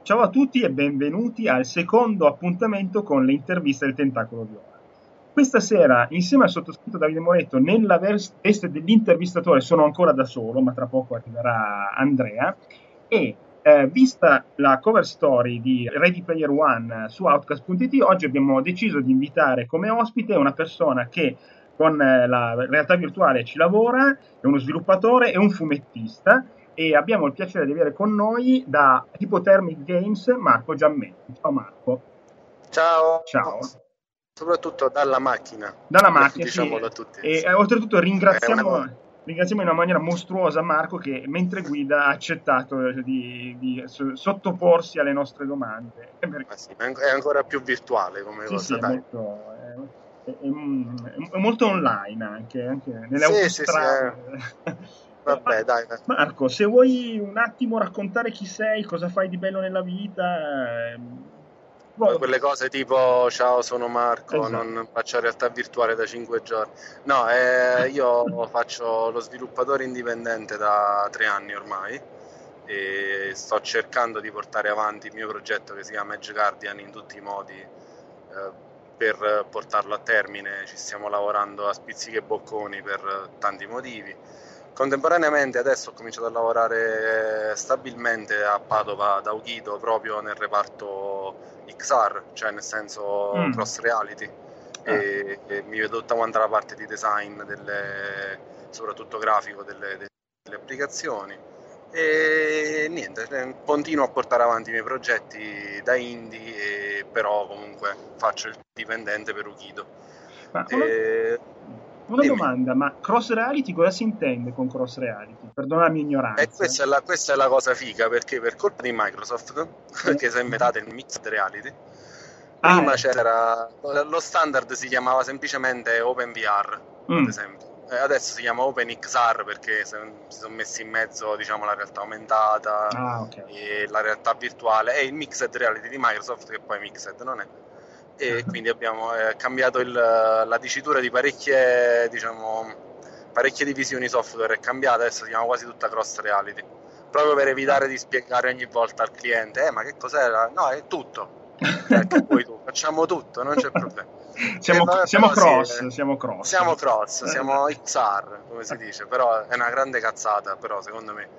Ciao a tutti e benvenuti al secondo appuntamento con le interviste del Tentacolo Viola. Questa sera, insieme al sottoscritto Davide Moretto, nella veste dell'intervistatore sono ancora da solo, ma tra poco arriverà Andrea, e vista la cover story di Ready Player One su Outcast.it, oggi abbiamo deciso di invitare come ospite una persona che con la realtà virtuale ci lavora, è uno sviluppatore e un fumettista, e abbiamo il piacere di avere con noi da Hypothermic Games Marco Giammetti. Ciao Marco. Ciao. Ciao. Soprattutto dalla macchina. Dalla macchina, diciamolo sì. a tutti. E sì. oltretutto ringraziamo in una maniera mostruosa Marco che mentre guida ha accettato di sottoporsi alle nostre domande. Sì, è ancora più virtuale come Sì, cosa, sì, dai. È molto online anche nelle autostrade. Vabbè, dai. Marco, se vuoi un attimo raccontare chi sei, cosa fai di bello nella vita. Quelle cose tipo ciao, sono Marco, Esatto. non faccio realtà virtuale da 5 giorni. No, io faccio lo sviluppatore indipendente da 3 anni ormai e sto cercando di portare avanti il mio progetto che si chiama Edge Guardian in tutti i modi per portarlo a termine. Ci stiamo lavorando a spizzichi e bocconi per tanti motivi. Contemporaneamente adesso ho cominciato a lavorare stabilmente a Padova da Ukido proprio nel reparto XR, cioè nel senso cross reality, e mi vedo tutta quanta la parte di design, soprattutto grafico delle applicazioni, e niente, continuo a portare avanti i miei progetti da indie, però comunque faccio il dipendente per Ukido. Una domanda, ma cross reality cosa si intende con cross reality? Perdona la mia ignoranza. Questa è la cosa figa, perché per colpa di Microsoft, che si è inventata il mixed reality, prima c'era lo standard, si chiamava semplicemente OpenVR, ad esempio. Adesso si chiama OpenXR perché si sono messi in mezzo, diciamo, la realtà aumentata e la realtà virtuale e il mixed reality di Microsoft, che poi mixed non è. E quindi abbiamo cambiato la dicitura di parecchie divisioni software, è cambiata, adesso si chiama quasi tutta cross reality, proprio per evitare di spiegare ogni volta al cliente ma che cos'era? No, è tutto, cioè, che vuoi tu? Facciamo tutto, non c'è problema. Siamo cross, siamo XR, come si dice, però è una grande cazzata, però secondo me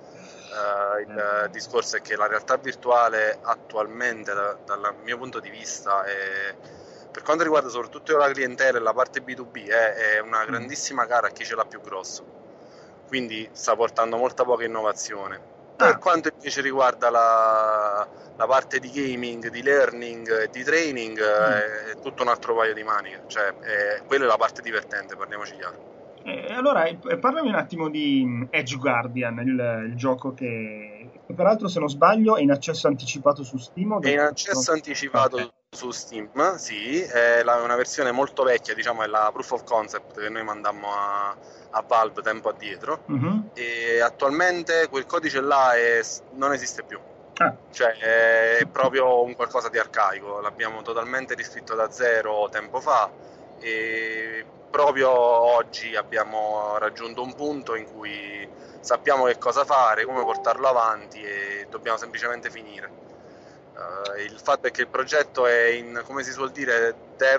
il discorso è che la realtà virtuale attualmente, dal mio punto di vista, per quanto riguarda soprattutto la clientela e la parte B2B, è una grandissima gara a chi ce l'ha più grosso, quindi sta portando molta poca innovazione. Per quanto invece riguarda la parte di gaming, di learning e di training, è tutto un altro paio di maniche, cioè quella è la parte divertente, parliamoci chiaro. Allora, parlami un attimo di Edge Guardian, il gioco che peraltro, se non sbaglio, è in accesso anticipato su Steam. È in accesso anticipato su Steam, sì, è una versione molto vecchia, diciamo, è la proof of concept che noi mandammo a Valve tempo addietro, e attualmente quel codice là non esiste più. Cioè è proprio un qualcosa di arcaico, l'abbiamo totalmente riscritto da zero tempo fa e proprio oggi abbiamo raggiunto un punto in cui sappiamo che cosa fare, come portarlo avanti e dobbiamo semplicemente finire. Il fatto è che il progetto è in, come si suol dire,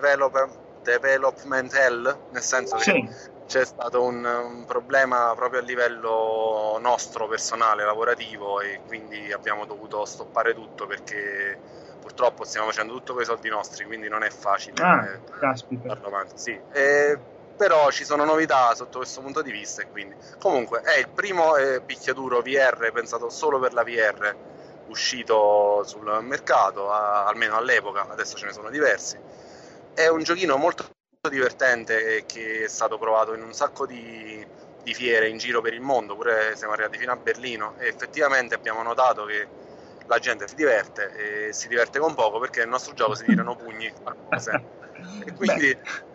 development hell, nel senso che c'è stato un problema proprio a livello nostro personale, lavorativo, e quindi abbiamo dovuto stoppare tutto perché purtroppo stiamo facendo tutto con i soldi nostri, quindi non è facile farlo avanti. Sì. Però ci sono novità sotto questo punto di vista, e quindi comunque è il primo picchiaduro VR pensato solo per la VR uscito sul mercato, almeno all'epoca, adesso ce ne sono diversi. È un giochino molto divertente che è stato provato in un sacco di fiere in giro per il mondo, pure siamo arrivati fino a Berlino, e effettivamente abbiamo notato che la gente si diverte con poco, perché nel nostro gioco si tirano pugni a cose. E quindi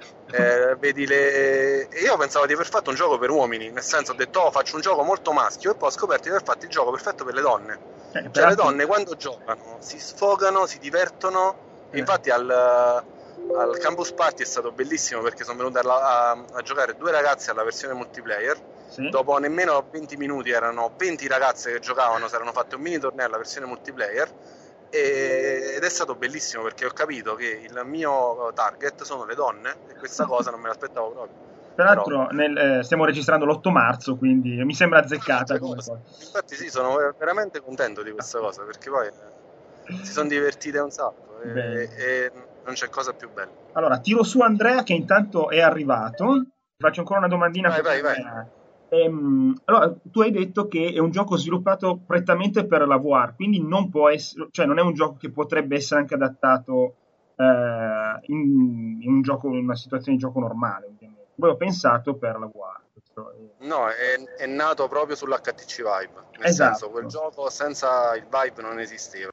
io pensavo di aver fatto un gioco per uomini, nel senso, ho detto faccio un gioco molto maschio, e poi ho scoperto di aver fatto il gioco perfetto per le donne. Cioè le donne quando giocano si sfogano, si divertono, e infatti al Campus Party è stato bellissimo perché sono venute a giocare 2 ragazze alla versione multiplayer. Dopo nemmeno 20 minuti erano 20 ragazze che giocavano, si erano fatte un mini torneo alla versione multiplayer, ed è stato bellissimo perché ho capito che il mio target sono le donne e questa cosa non me l'aspettavo proprio. Però Peraltro stiamo registrando l'8 marzo, quindi mi sembra azzeccata un'altra come cosa, cosa. infatti sì, sono veramente contento di questa cosa perché poi si sono divertite un sacco Bene. e non c'è cosa più bella. Allora, tiro su Andrea che intanto è arrivato. Ti faccio ancora una domandina Vai, per vai, vai. Andrea. Allora, tu hai detto che è un gioco sviluppato prettamente per la VR, quindi non può essere, cioè non è un gioco che potrebbe essere anche adattato in un gioco, in una situazione di gioco normale, ovviamente. Poi ho pensato per la VR. No, è nato proprio sull'HTC Vive, nel senso quel Esatto. gioco senza il Vive non esisteva,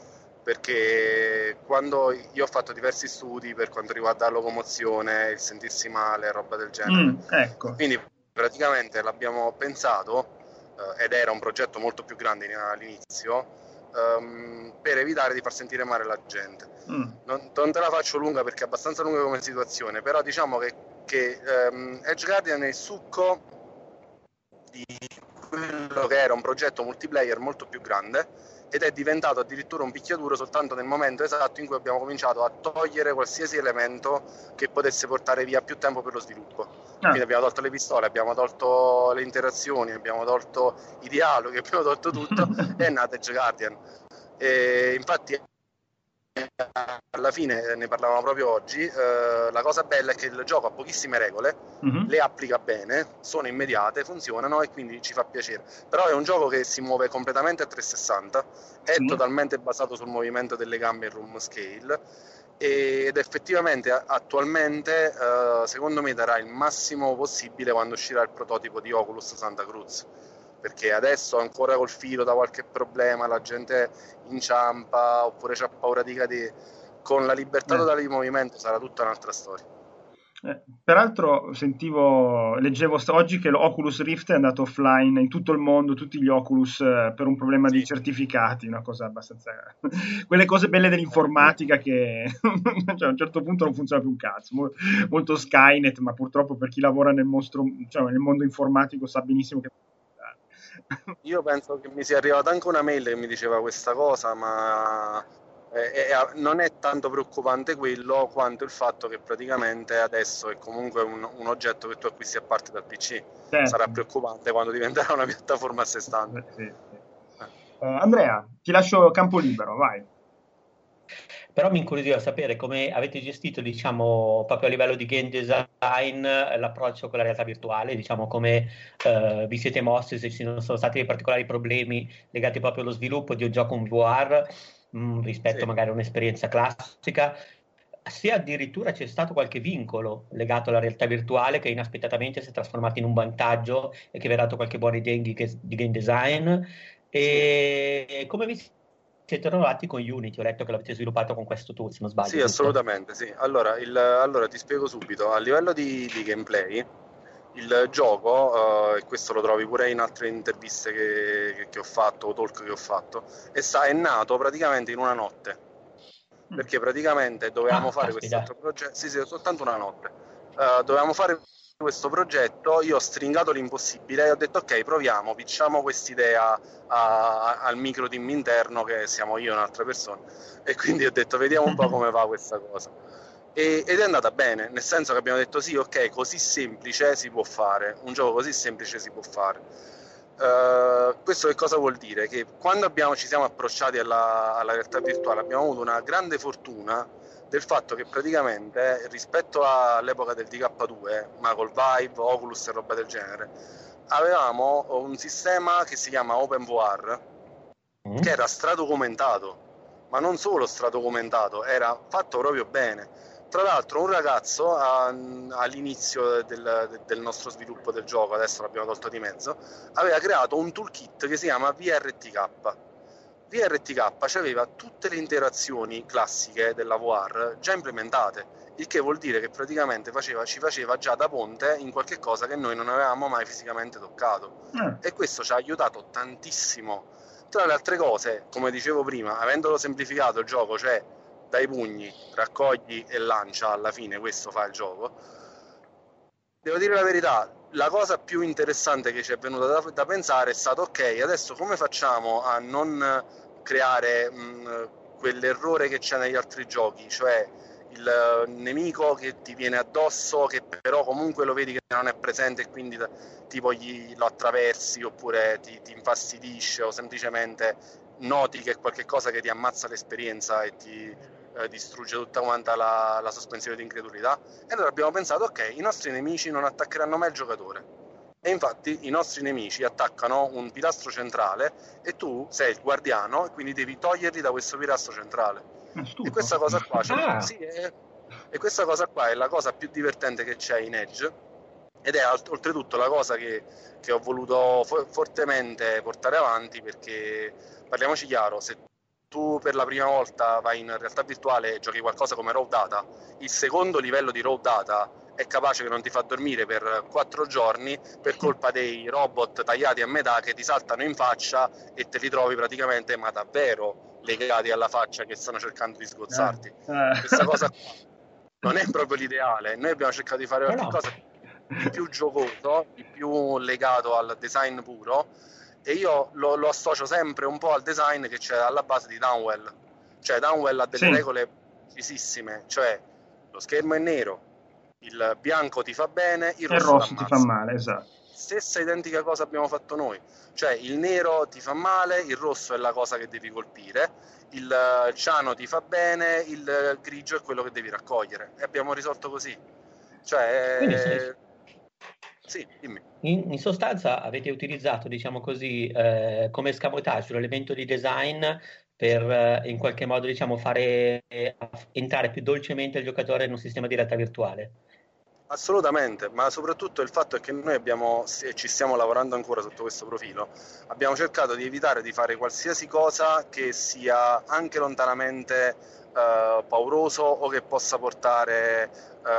perché quando io ho fatto diversi studi per quanto riguarda la locomozione, il sentirsi male, roba del genere, Ecco. quindi praticamente l'abbiamo pensato, ed era un progetto molto più grande all'inizio, per evitare di far sentire male la gente. Mm. Non te la faccio lunga perché è abbastanza lunga come situazione, però diciamo che Edge Guardian è il succo di quello che era un progetto multiplayer molto più grande ed è diventato addirittura un picchiaduro soltanto nel momento esatto in cui abbiamo cominciato a togliere qualsiasi elemento che potesse portare via più tempo per lo sviluppo. Quindi Ah. abbiamo tolto le pistole, abbiamo tolto le interazioni, abbiamo tolto i dialoghi, abbiamo tolto tutto e è nato Edge Guardian. E infatti alla fine ne parlavamo proprio oggi, la cosa bella è che il gioco ha pochissime regole, Mhm. le applica bene, sono immediate, funzionano e quindi ci fa piacere. Però è un gioco che si muove completamente a 360, è Sì. totalmente basato sul movimento delle gambe in room scale ed effettivamente attualmente secondo me darà il massimo possibile quando uscirà il prototipo di Oculus Santa Cruz, perché adesso ancora col filo da qualche problema la gente inciampa oppure c'ha paura di cadere. Con la libertà Eh. totale di movimento sarà tutta un'altra storia. Peraltro leggevo oggi che l'Oculus Rift è andato offline in tutto il mondo, tutti gli Oculus, per un problema di Sì. certificati, una cosa abbastanza... quelle cose belle dell'informatica che cioè, a un certo punto non funziona più un cazzo, molto Skynet, ma purtroppo per chi lavora cioè, nel mondo informatico sa benissimo che... Io penso che mi sia arrivata anche una mail che mi diceva questa cosa, ma non è tanto preoccupante quello quanto il fatto che praticamente adesso è comunque un oggetto che tu acquisti a parte dal PC. Sarà Certo. preoccupante quando diventerà una piattaforma a sé stante. Sì, sì. Andrea, ti lascio campo libero, vai. Però mi incuriosiva sapere come avete gestito, diciamo, proprio a livello di game design, l'approccio con la realtà virtuale, diciamo, come vi siete mossi, se ci sono stati dei particolari problemi legati proprio allo sviluppo di un gioco in VR rispetto Sì. magari a un'esperienza classica, se addirittura c'è stato qualche vincolo legato alla realtà virtuale che inaspettatamente si è trasformato in un vantaggio e che vi ha dato qualche buona idea di game design. Sì. E come vi siete trovati con Unity? Ho letto che l'avete sviluppato con questo tool, se non sbaglio, Sì, giusto? assolutamente, sì. Allora ti spiego subito. A livello di gameplay, il gioco, e questo lo trovi pure in altre interviste che ho fatto, o talk che ho fatto, è nato praticamente in una notte. Perché praticamente dovevamo fare Caspita. quest'altro progetto, sì, soltanto una notte. Dovevamo fare questo progetto, io ho stringato l'impossibile e ho detto ok, proviamo, picciamo quest'idea al micro team interno che siamo io e un'altra persona e quindi ho detto vediamo un po' come va questa cosa. Ed è andata bene, nel senso che abbiamo detto sì, ok, così semplice si può fare, un gioco così semplice si può fare. Questo che cosa vuol dire? Che quando ci siamo approcciati alla realtà virtuale abbiamo avuto una grande fortuna del fatto che praticamente rispetto all'epoca del DK2, ma col Vive, Oculus e roba del genere, avevamo un sistema che si chiama OpenVR che era stradocumentato, ma non solo stradocumentato, era fatto proprio bene. Tra l'altro un ragazzo all'inizio del nostro sviluppo del gioco, adesso l'abbiamo tolto di mezzo, aveva creato un toolkit che si chiama VRTK. VRTK aveva tutte le interazioni classiche della VR già implementate, il che vuol dire che praticamente ci faceva già da ponte in qualche cosa che noi non avevamo mai fisicamente toccato. E questo ci ha aiutato tantissimo. Tra le altre cose, come dicevo prima, avendolo semplificato il gioco, cioè dai pugni, raccogli e lancia, alla fine questo fa il gioco, devo dire la verità, la cosa più interessante che ci è venuta da pensare è stato ok, adesso come facciamo a non creare quell'errore che c'è negli altri giochi, cioè il nemico che ti viene addosso, che però comunque lo vedi che non è presente e quindi tipo lo attraversi, oppure ti infastidisce, o semplicemente noti che è qualcosa che ti ammazza l'esperienza e ti distrugge tutta quanta la sospensione di incredulità. E allora abbiamo pensato, ok, i nostri nemici non attaccheranno mai il giocatore. E infatti i nostri nemici attaccano un pilastro centrale e tu sei il guardiano e quindi devi toglierli da questo pilastro centrale. E questa cosa qua, e questa cosa qua è la cosa più divertente che c'è in Edge, ed è oltretutto la cosa che ho voluto fortemente portare avanti, perché parliamoci chiaro, se tu per la prima volta vai in realtà virtuale e giochi qualcosa come Raw Data, il secondo livello di Raw Data è capace che non ti fa dormire per 4 giorni per colpa dei robot tagliati a metà che ti saltano in faccia e te li trovi praticamente, ma davvero, legati alla faccia, che stanno cercando di sgozzarti. Questa cosa non è proprio l'ideale. Noi abbiamo cercato di fare qualcosa di più giocoso, di più legato al design puro, e io lo associo sempre un po' al design che c'è alla base di Downwell. Cioè Downwell ha delle regole precisissime, cioè lo schermo è nero, il bianco ti fa bene, il rosso ti fa male, esatto. Stessa identica cosa abbiamo fatto noi, cioè il nero ti fa male, il rosso è la cosa che devi colpire, il ciano ti fa bene, il grigio è quello che devi raccogliere, e abbiamo risolto così. Cioè sì, dimmi. In sostanza avete utilizzato, diciamo così, come escamotage un elemento di design per in qualche modo, diciamo, fare entrare più dolcemente il giocatore in un sistema di realtà virtuale. Assolutamente, ma soprattutto il fatto è che noi ci stiamo lavorando ancora sotto questo profilo, abbiamo cercato di evitare di fare qualsiasi cosa che sia anche lontanamente pauroso o che possa portare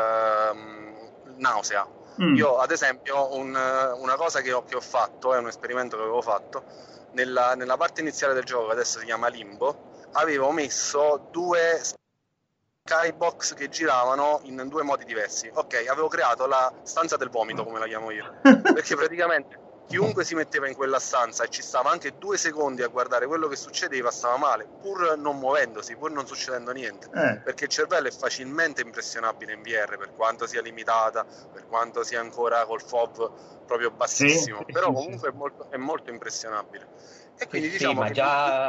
nausea. Io ad esempio una cosa che ho fatto, è un esperimento che avevo fatto, nella parte iniziale del gioco, che adesso si chiama Limbo, avevo messo 2 skybox che giravano in 2 modi diversi. Ok, avevo creato la stanza del vomito, come la chiamo io, perché praticamente chiunque si metteva in quella stanza e ci stava anche 2 secondi a guardare quello che succedeva stava male, pur non muovendosi, pur non succedendo niente, perché il cervello è facilmente impressionabile in VR, per quanto sia limitata, per quanto sia ancora col FOV proprio bassissimo, però comunque è molto impressionabile. E quindi diciamo che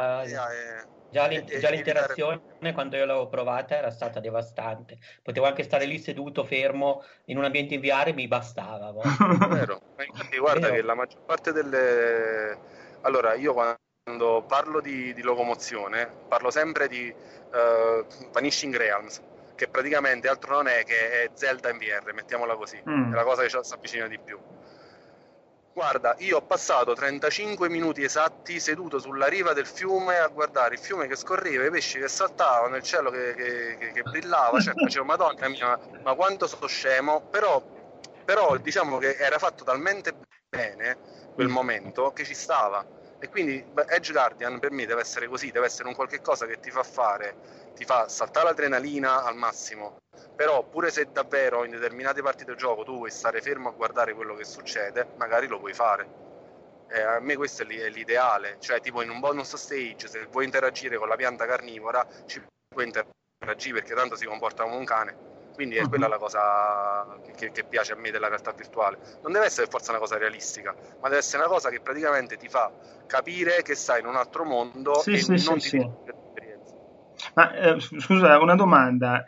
Già l'interazione, quando io l'avevo provata, era stata devastante. Potevo anche stare lì seduto, fermo, in un ambiente in VR, mi bastava. Vero, ma infatti guarda che la maggior parte delle... Allora, io quando parlo di locomozione, parlo sempre di Vanishing Realms, che praticamente altro non è che è Zelda in VR, mettiamola così, è la cosa che ci avvicina di più. Guarda, io ho passato 35 minuti esatti seduto sulla riva del fiume a guardare il fiume che scorreva, i pesci che saltavano, il cielo che brillava, cioè facevo, madonna mia, ma quanto sono scemo, però diciamo che era fatto talmente bene quel momento che ci stava. E quindi Edge Guardian per me deve essere così, deve essere un qualche cosa che ti fa saltare l'adrenalina al massimo. Però pure se davvero in determinate parti del gioco tu vuoi stare fermo a guardare quello che succede, magari lo puoi fare. A me questo è l'ideale, cioè tipo in un bonus stage, se vuoi interagire con la pianta carnivora ci puoi interagire, perché tanto si comporta come un cane. Quindi è quella la cosa che piace a me della realtà virtuale. Non deve essere forse una cosa realistica, ma deve essere una cosa che praticamente ti fa capire che stai in un altro mondo non ti l'esperienza. Ma scusa, una domanda.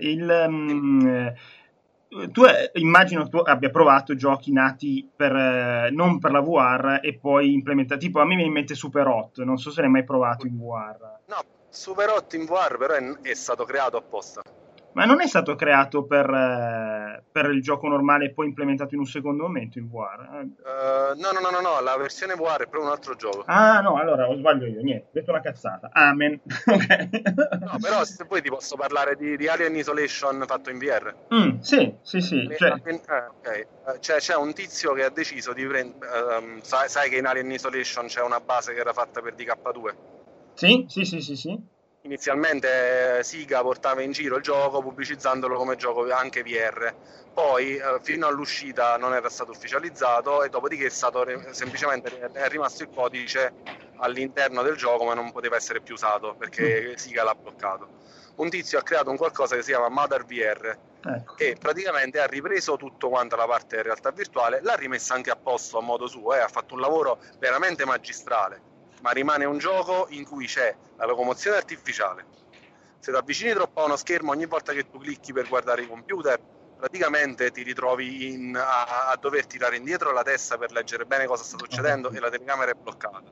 Immagino tu abbia provato giochi nati non per la VR e poi implementati. Tipo, a me viene in mente Super Hot, non so se l'hai mai provato in VR. No, Super Hot in VR però è stato creato apposta. Ma non è stato creato per il gioco normale e poi implementato in un secondo momento in VR? No, la versione VR è proprio un altro gioco. Ah, no, allora ho sbaglio io, niente, ho detto una cazzata. Amen. Okay. No, però se poi ti posso parlare di Alien Isolation fatto in VR. Sì. Okay. C'è un tizio che ha deciso di prendere... sai che in Alien Isolation c'è una base che era fatta per DK2? Sì. Inizialmente Sega portava in giro il gioco pubblicizzandolo come gioco anche VR, poi fino all'uscita non era stato ufficializzato e dopodiché è stato semplicemente è rimasto il codice all'interno del gioco, ma non poteva essere più usato perché Sega l'ha bloccato. Un tizio ha creato un qualcosa che si chiama Mother VR, Ecco. e praticamente ha ripreso tutto quanto la parte realtà virtuale, l'ha rimessa anche a posto a modo suo, ha fatto un lavoro veramente magistrale, ma rimane un gioco in cui c'è la locomozione artificiale. Se ti avvicini troppo a uno schermo, ogni volta che tu clicchi per guardare i computer, praticamente ti ritrovi a dover tirare indietro la testa per leggere bene cosa sta succedendo, e la telecamera è bloccata.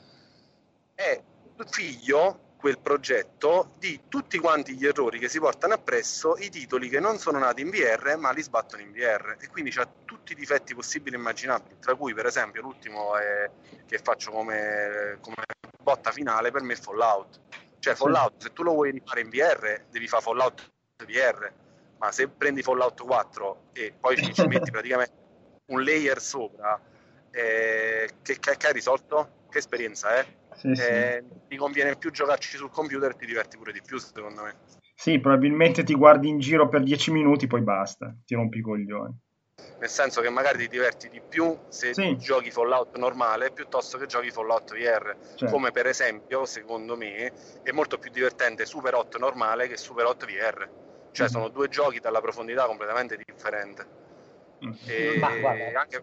È figlio, quel progetto, di tutti quanti gli errori che si portano appresso i titoli che non sono nati in VR ma li sbattono in VR, e quindi c'ha tutti i difetti possibili e immaginabili, tra cui per esempio l'ultimo che faccio come botta finale per me è Fallout. Cioè Fallout, se tu lo vuoi rifare in VR devi fare Fallout VR, ma se prendi Fallout 4 e poi ci metti praticamente un layer sopra, che hai risolto? Che esperienza è? Sì. Ti conviene più giocarci sul computer e ti diverti pure di più, secondo me. Sì, probabilmente ti guardi in giro per 10 minuti, poi basta, ti rompi i coglioni. Nel senso che magari ti diverti di più se giochi Fallout normale piuttosto che giochi Fallout VR. Certo. Come per esempio, secondo me, è molto più divertente Super 8 normale che Super 8 VR. Cioè sono due giochi dalla profondità completamente differente. E ma guarda, anche...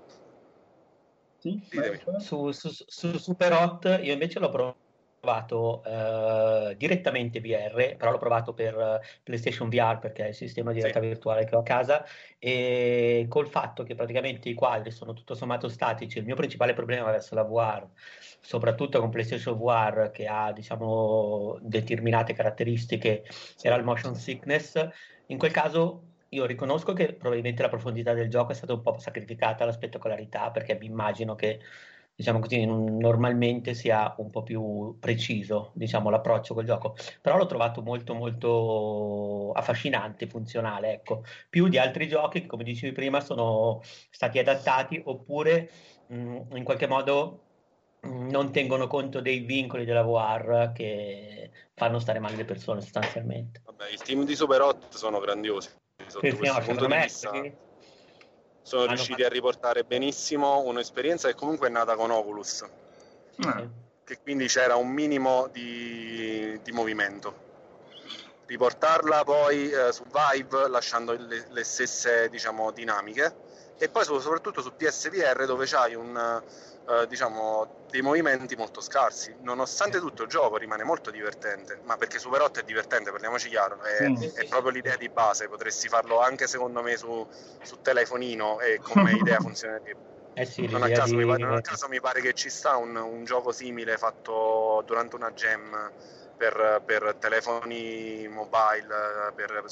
Sì, su Super Hot io invece l'ho provato direttamente VR, però l'ho provato per PlayStation VR perché è il sistema di realtà virtuale che ho a casa, e col fatto che praticamente i quadri sono tutto sommato statici. Il mio principale problema verso la VR, soprattutto con PlayStation VR, che ha diciamo determinate caratteristiche, era il motion sickness. In quel caso io riconosco che probabilmente la profondità del gioco è stata un po' sacrificata alla spettacolarità, perché mi immagino che, diciamo così, normalmente sia un po' più preciso, diciamo, l'approccio col gioco. Però l'ho trovato molto molto affascinante, funzionale, ecco. Più di altri giochi che, come dicevi prima, sono stati adattati oppure in qualche modo non tengono conto dei vincoli della VR che fanno stare male le persone sostanzialmente. Vabbè, il team di Super 8 sono grandiosi. Sotto questo punto di vista sono riusciti a riportare benissimo un'esperienza che comunque è nata con Oculus, che quindi c'era un minimo di movimento. Riportarla poi su Vive lasciando le stesse, diciamo, dinamiche, e poi soprattutto su PSVR dove c'hai diciamo dei movimenti molto scarsi. Nonostante tutto il gioco rimane molto divertente, ma perché Super 8 è divertente, parliamoci chiaro, è proprio l'idea di base. Potresti farlo anche secondo me su telefonino e come idea funzionerebbe. Non a caso mi pare che ci sta un gioco simile fatto durante una jam per telefoni mobile, per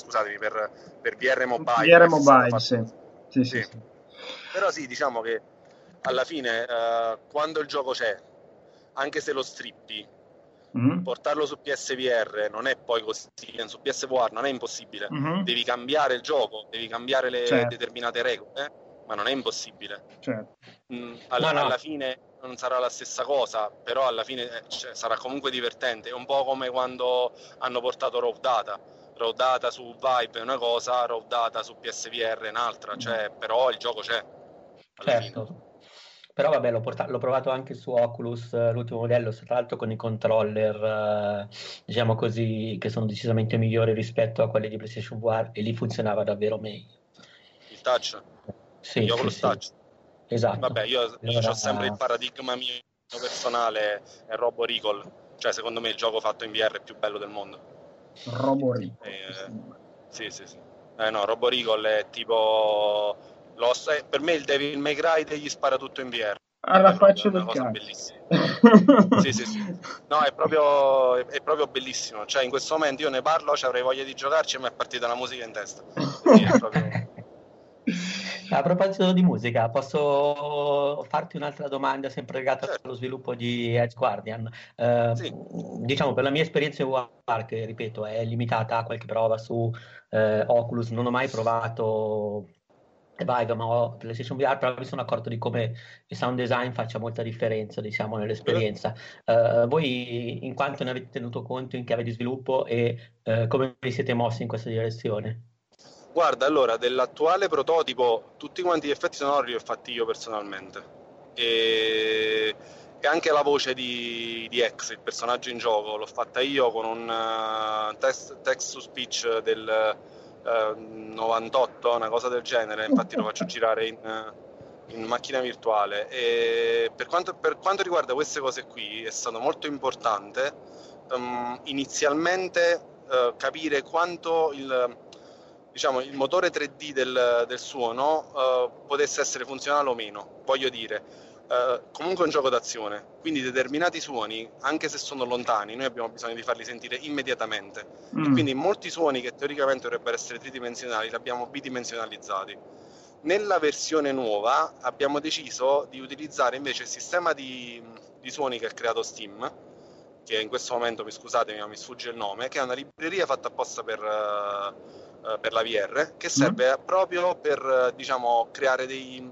VR mobile. VR mobile, sì. Però sì, diciamo che alla fine quando il gioco c'è, anche se lo strippi, portarlo su PSVR non è poi così, su PSVR non è impossibile. Devi cambiare il gioco, devi cambiare le determinate regole, ma non è impossibile. Alla fine non sarà la stessa cosa, però alla fine sarà comunque divertente. È un po' come quando hanno portato Raw Data su Vive è una cosa, Raw Data su PSVR è un'altra, però il gioco c'è. Certo. Però vabbè, l'ho provato anche su Oculus, l'ultimo modello, tra l'altro con i controller, diciamo così, che sono decisamente migliori rispetto a quelli di PlayStation VR, e lì funzionava davvero meglio. Il touch? Sì, gli Oculus Touch. Esatto. Vabbè, io ho sempre il paradigma mio personale, è Robo Recall, cioè secondo me il gioco fatto in VR è più bello del mondo. Robo Recall. Sì. No, Robo Recall è tipo per me il Devil May Cry degli spara tutto in VR. Alla faccia del cosa cazzo. Bellissima. Sì. No, è proprio bellissimo. Cioè, in questo momento io ne parlo, avrei voglia di giocarci e mi è partita la musica in testa. Quindi è proprio... A proposito di musica, posso farti un'altra domanda sempre legata allo sviluppo di Edge Guardian? Diciamo, per la mia esperienza in VR, che ripeto è limitata a qualche prova su Oculus, non ho mai provato Vive, ma ho PlayStation VR, però mi sono accorto di come il sound design faccia molta differenza, diciamo, nell'esperienza. Voi in quanto ne avete tenuto conto in chiave di sviluppo e come vi siete mossi in questa direzione? Guarda, allora, dell'attuale prototipo tutti quanti gli effetti sonori li ho fatti io personalmente, e E anche la voce di X, il personaggio in gioco, l'ho fatta io con un text to speech del 98, una cosa del genere, infatti lo faccio girare in macchina virtuale. E per quanto riguarda queste cose qui è stato molto importante inizialmente capire quanto il motore 3D del suono potesse essere funzionale o meno. Voglio dire, comunque è un gioco d'azione, quindi determinati suoni, anche se sono lontani, noi abbiamo bisogno di farli sentire immediatamente. E quindi molti suoni che teoricamente dovrebbero essere tridimensionali li abbiamo bidimensionalizzati. Nella versione nuova abbiamo deciso di utilizzare invece il sistema di suoni che ha creato Steam, che in questo momento, mi scusatemi ma mi sfugge il nome, che è una libreria fatta apposta per la VR, che serve proprio per creare degli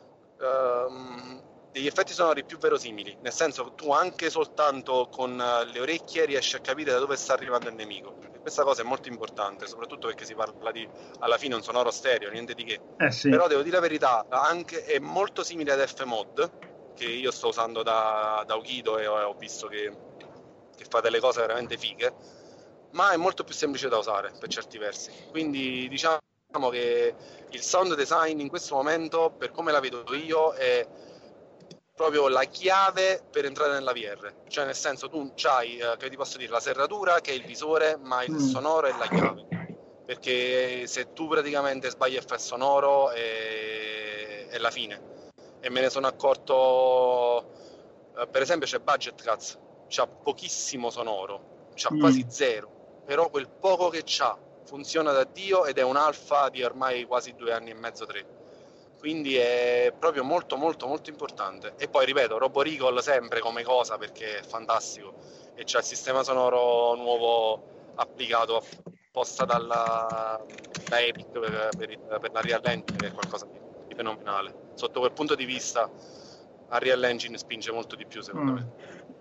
effetti sonori più verosimili, nel senso che tu anche soltanto con le orecchie riesci a capire da dove sta arrivando il nemico. Questa cosa è molto importante, soprattutto perché si parla di, alla fine, un sonoro stereo, niente di che. Sì. Però devo dire la verità, è molto simile ad F-Mod, che io sto usando da Okido e ho visto che fa delle cose veramente fighe, ma è molto più semplice da usare per certi versi. Quindi diciamo che il sound design in questo momento, per come la vedo io, è proprio la chiave per entrare nella VR. Cioè, nel senso, tu c'hai, che ti posso dire, la serratura che è il visore, ma il sonoro è la chiave. Perché se tu praticamente sbagli effetto sonoro è la fine. E me ne sono accorto, per esempio c'è Budget Cats, c'ha pochissimo sonoro, c'ha quasi zero, però quel poco che c'ha funziona da Dio ed è un alfa di ormai quasi 2 anni e mezzo, 3. Quindi è proprio molto molto molto importante. E poi ripeto, Robo Recall sempre come cosa, perché è fantastico, e c'è il sistema sonoro nuovo applicato apposta da Epic per la Real Engine, che è qualcosa di fenomenale. Sotto quel punto di vista Unreal Engine spinge molto di più, secondo me.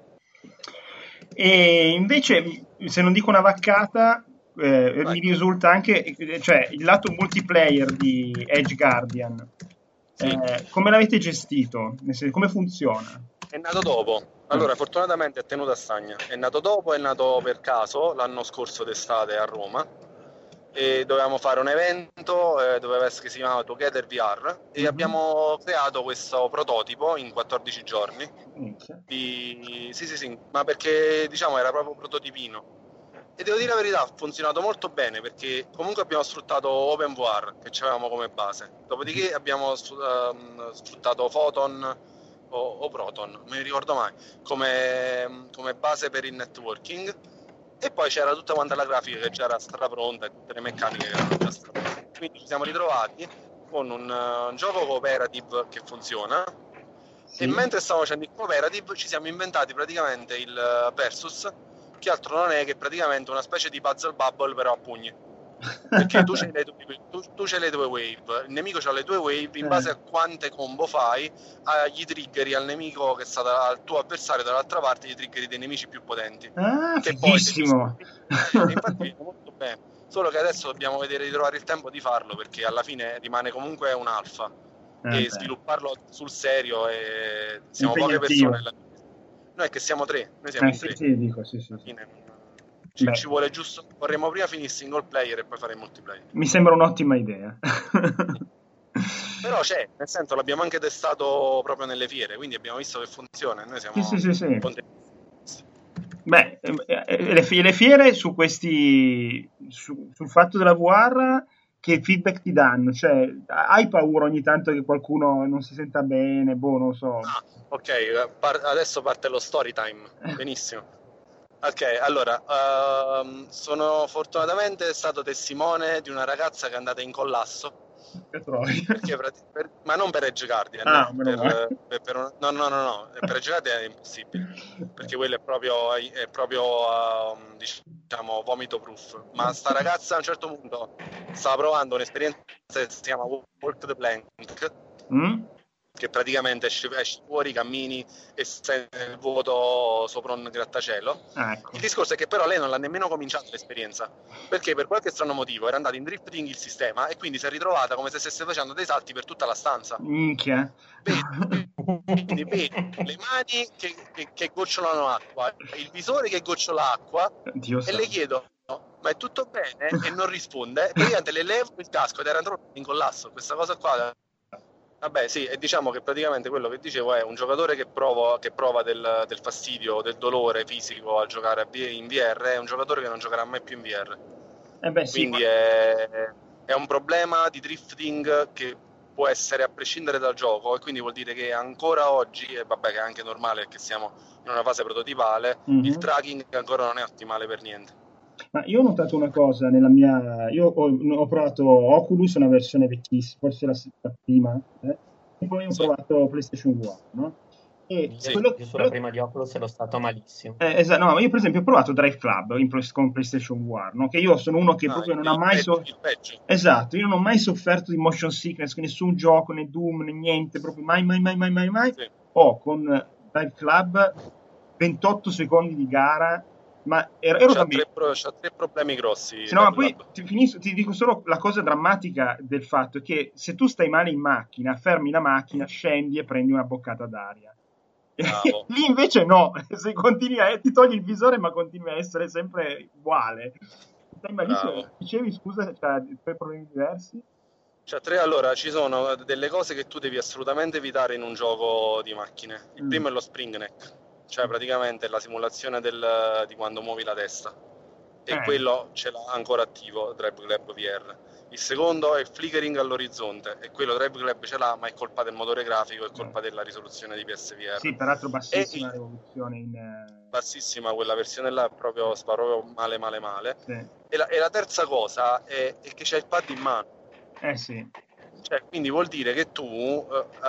E invece, se non dico una vaccata, mi risulta anche, cioè, il lato multiplayer di Edge Guardian. Sì. Come l'avete gestito? Come funziona? È nato dopo. Allora, fortunatamente è tenuto a stagna. È nato dopo, è nato per caso l'anno scorso d'estate a Roma, e dovevamo fare un evento che si chiamava Together VR, e abbiamo creato questo prototipo in 14 giorni. Sì, ma perché era proprio un prototipino. E devo dire la verità, ha funzionato molto bene, perché comunque abbiamo sfruttato OpenVR che avevamo come base, dopodiché abbiamo sfruttato Photon o Proton, non mi ricordo mai, come base per il networking, e poi c'era tutta quanta la grafica che già era strapronta e tutte le meccaniche che erano già strapronte. Quindi ci siamo ritrovati con un gioco cooperative che funziona, e mentre stavamo facendo il cooperative ci siamo inventati praticamente il Versus, che altro non è che praticamente una specie di puzzle bubble però a pugni, perché tu c'hai le tue wave, il nemico c'ha le tue wave, in base a quante combo fai gli triggeri al nemico che sta al tuo avversario dall'altra parte, gli triggeri dei nemici più potenti, che fighissimo. Poi infatti molto bene, solo che adesso dobbiamo vedere di trovare il tempo di farlo, perché alla fine rimane comunque un alfa, e svilupparlo sul serio, e siamo poche persone. Noi è che siamo 3, noi siamo 3. Sì, dico, sì. Ci vuole giusto, vorremmo prima finire il single player e poi fare il multiplayer. Mi sembra un'ottima idea. Però c'è, nel senso, l'abbiamo anche testato proprio nelle fiere, quindi abbiamo visto che funziona, e noi siamo contenti. Beh, le fiere su questi sul fatto della VR, che feedback ti danno? Cioè, hai paura ogni tanto che qualcuno non si senta bene? Non so. Ok, adesso parte lo story time. Benissimo. Ok, allora, sono fortunatamente stato testimone di una ragazza che è andata in collasso. Ma non per Edge Guardian, no, per Edge Guardian è impossibile, perché quello è proprio vomito proof. Ma sta ragazza a un certo punto stava provando un'esperienza che si chiama Walk the Plank, che praticamente esci fuori, cammini e stai nel vuoto sopra un grattacielo. Ecco. Il discorso è che però lei non l'ha nemmeno cominciato l'esperienza, perché per qualche strano motivo era andato in drifting il sistema, e quindi si è ritrovata come se stesse facendo dei salti per tutta la stanza. Minchia. Quindi vedi le mani che gocciolano acqua, il visore che gocciola acqua, Dio e sa. le chiedo: ma è tutto bene? E non risponde. Praticamente le levo il casco ed era in collasso. Questa cosa qua. Vabbè, sì, e diciamo che praticamente quello che dicevo è un giocatore che prova del fastidio, del dolore fisico al giocare in VR, è un giocatore che non giocherà mai più in VR. Sì, Quindi è un problema di drifting che può essere a prescindere dal gioco, e quindi vuol dire che ancora oggi, e vabbè che è anche normale perché siamo in una fase prototipale, il tracking ancora non è ottimale per niente. Ma io ho notato una cosa io ho provato Oculus, una versione vecchissima, forse la prima, e poi ho provato PlayStation VR, no? E io sulla prima di Oculus ero stato malissimo. Esatto, no, io per esempio ho provato Drive Club con PlayStation VR, no? Che io sono uno che proprio non ha mai esatto, io non ho mai sofferto di motion sickness con nessun gioco, né Doom, né niente, proprio mai. Sì. Ho con Drive Club 28 secondi di gara, ma c'ha tre problemi grossi. No, ma poi ti dico solo la cosa drammatica del fatto che se tu stai male in macchina, fermi la macchina, scendi e prendi una boccata d'aria. Lì invece no, se continui ti togli il visore ma continui a essere sempre uguale. Stai malissimo. Dicevi, scusa, c'ha tre problemi diversi? Allora, ci sono delle cose che tu devi assolutamente evitare in un gioco di macchine. Il primo è lo spring neck, cioè praticamente la simulazione di quando muovi la testa, e quello ce l'ha ancora attivo Drive Club VR. Il secondo è il flickering all'orizzonte, e quello Drive Club ce l'ha, ma è colpa del motore grafico, è colpa della risoluzione di PSVR. Sì, peraltro bassissima risoluzione bassissima, quella versione là proprio male. Sì. E la terza cosa è che c'è il pad in mano. Sì. Cioè, quindi vuol dire che tu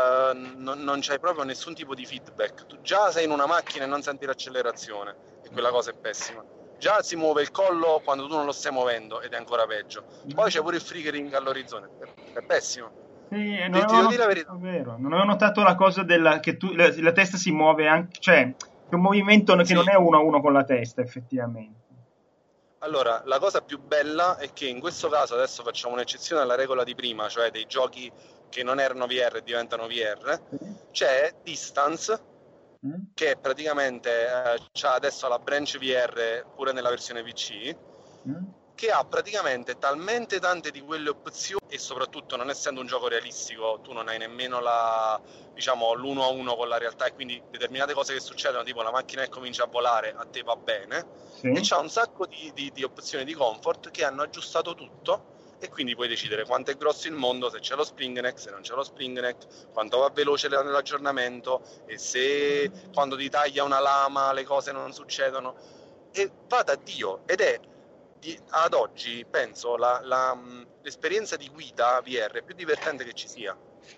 non c'hai proprio nessun tipo di feedback. Tu già sei in una macchina e non senti l'accelerazione, e quella cosa è pessima. Già si muove il collo quando tu non lo stai muovendo, ed è ancora peggio. Poi c'è pure il flickering all'orizzonte, è pessimo. Sì, ti devo dire la verità. È vero. Non avevo notato la cosa che la testa si muove anche, cioè è un movimento che non è uno a uno con la testa, effettivamente. Allora, la cosa più bella è che in questo caso adesso facciamo un'eccezione alla regola di prima, cioè dei giochi che non erano VR e diventano VR. C'è Distance, che praticamente c'ha adesso la branch VR pure nella versione PC, che ha praticamente talmente tante di quelle opzioni, e soprattutto, non essendo un gioco realistico, tu non hai nemmeno l'uno a uno con la realtà, e quindi determinate cose che succedono, tipo la macchina che comincia a volare, a te va bene, e c'ha un sacco di opzioni di comfort che hanno aggiustato tutto, e quindi puoi decidere quanto è grosso il mondo, se c'è lo spring neck, se non c'è lo spring neck, quanto va veloce nell'aggiornamento, e se quando ti taglia una lama le cose non succedono, e va da Dio. Ed è ad oggi, penso, l'esperienza di guida VR è più divertente che ci sia,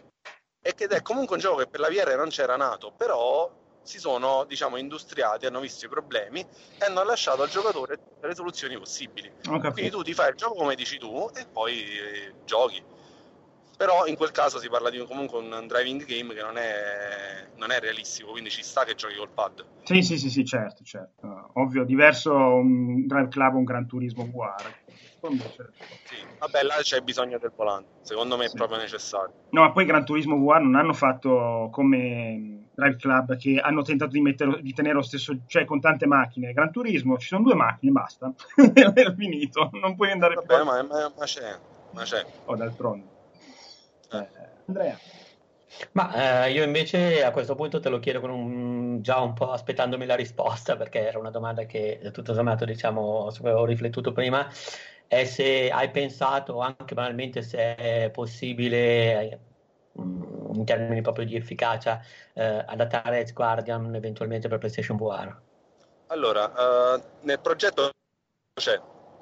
ed è comunque un gioco che per la VR non c'era nato, però si sono, industriati, hanno visto i problemi e hanno lasciato al giocatore tutte le soluzioni possibili. Quindi tu ti fai il gioco come dici tu e poi giochi. Però in quel caso si parla di comunque un driving game che non è realistico, quindi ci sta che giochi col pad. Sì, certo. Ovvio, diverso un Drive Club o un Gran Turismo VR. Sì, vabbè, là c'è bisogno del volante, secondo me è proprio necessario. No, ma poi Gran Turismo VR non hanno fatto come Drive Club, che hanno tentato di tenere lo stesso, cioè con tante macchine. Gran Turismo ci sono 2 macchine, basta. È finito, non puoi andare più. Vabbè, ma c'è. D'altronde. Andrea. Ma io invece a questo punto te lo chiedo già un po' aspettandomi la risposta, perché era una domanda che tutto sommato ho riflettuto prima, è se hai pensato anche banalmente se è possibile in termini proprio di efficacia adattare Edge Guardian eventualmente per PlayStation VR. Allora, nel progetto c'è.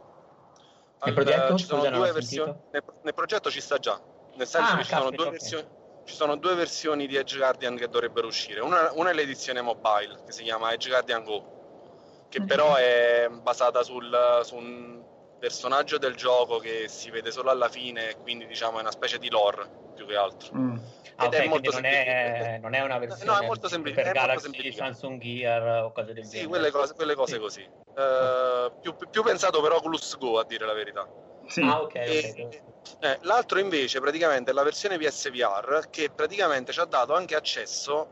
Nel progetto? Ci sono 2 versioni. Nel progetto ci sta già. Nel senso che ci sono 2 versioni di Edge Guardian che dovrebbero uscire. Una è l'edizione mobile, che si chiama Edge Guardian Go, che però è basata su un personaggio del gioco che si vede solo alla fine, quindi è una specie di lore più che altro. Ed è molto non è una versione è molto per Galaxy, Samsung Gear o cose del genere. Sì, quelle cose così. Più pensato per Oculus Go, a dire la verità. Sì. Ah, ok. L'altro invece praticamente è la versione PSVR, che praticamente ci ha dato anche accesso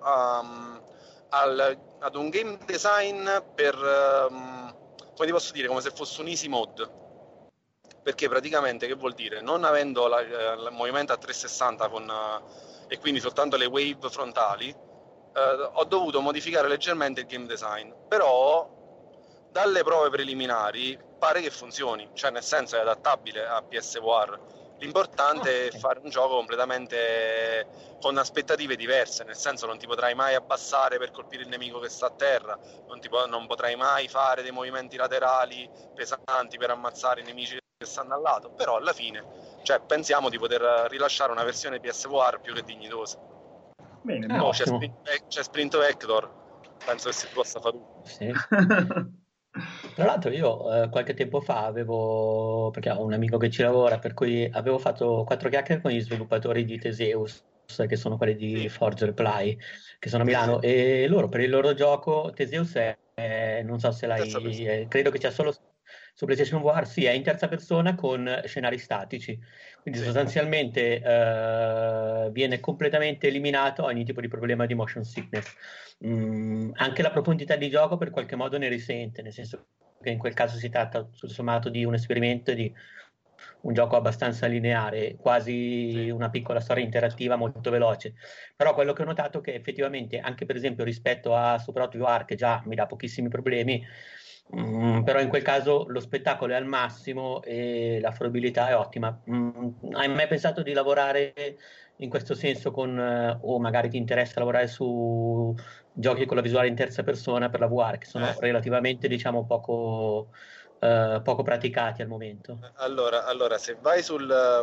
ad un game design per, come ti posso dire, come se fosse un easy mode. Perché praticamente che vuol dire? Non avendo il movimento a 360 e quindi soltanto le wave frontali, ho dovuto modificare leggermente il game design, però dalle prove preliminari pare che funzioni, cioè nel senso è adattabile a PSVR. L'importante è fare un gioco completamente con aspettative diverse, nel senso non ti potrai mai abbassare per colpire il nemico che sta a terra, non potrai mai fare dei movimenti laterali pesanti per ammazzare i nemici che stanno al lato, però alla fine, cioè, pensiamo di poter rilasciare una versione PSVR più che dignitosa. Bene, C'è Sprint Vector, penso che si possa fare tutto. Sì. Tra l'altro io qualche tempo fa perché ho un amico che ci lavora, per cui avevo fatto 4 chiacchiere con gli sviluppatori di Theseus, che sono quelli di Forge Reply, che sono a Milano, e loro per il loro gioco, Theseus non so se credo che sia solo su PlayStation VR, sì, è in terza persona con scenari statici, quindi sostanzialmente viene completamente eliminato ogni tipo di problema di motion sickness. Anche la profondità di gioco per qualche modo ne risente, nel senso che in quel caso si tratta tutto sommato di un esperimento, di un gioco abbastanza lineare, quasi una piccola storia interattiva molto veloce. Però quello che ho notato è che effettivamente, anche per esempio rispetto a Super Hot VR, che già mi dà pochissimi problemi, però in quel caso lo spettacolo è al massimo e la fruibilità è ottima. Hai mai pensato di lavorare in questo senso o magari ti interessa lavorare su giochi con la visuale in terza persona per la VR, che sono relativamente, diciamo, poco praticati al momento? Allora se vai su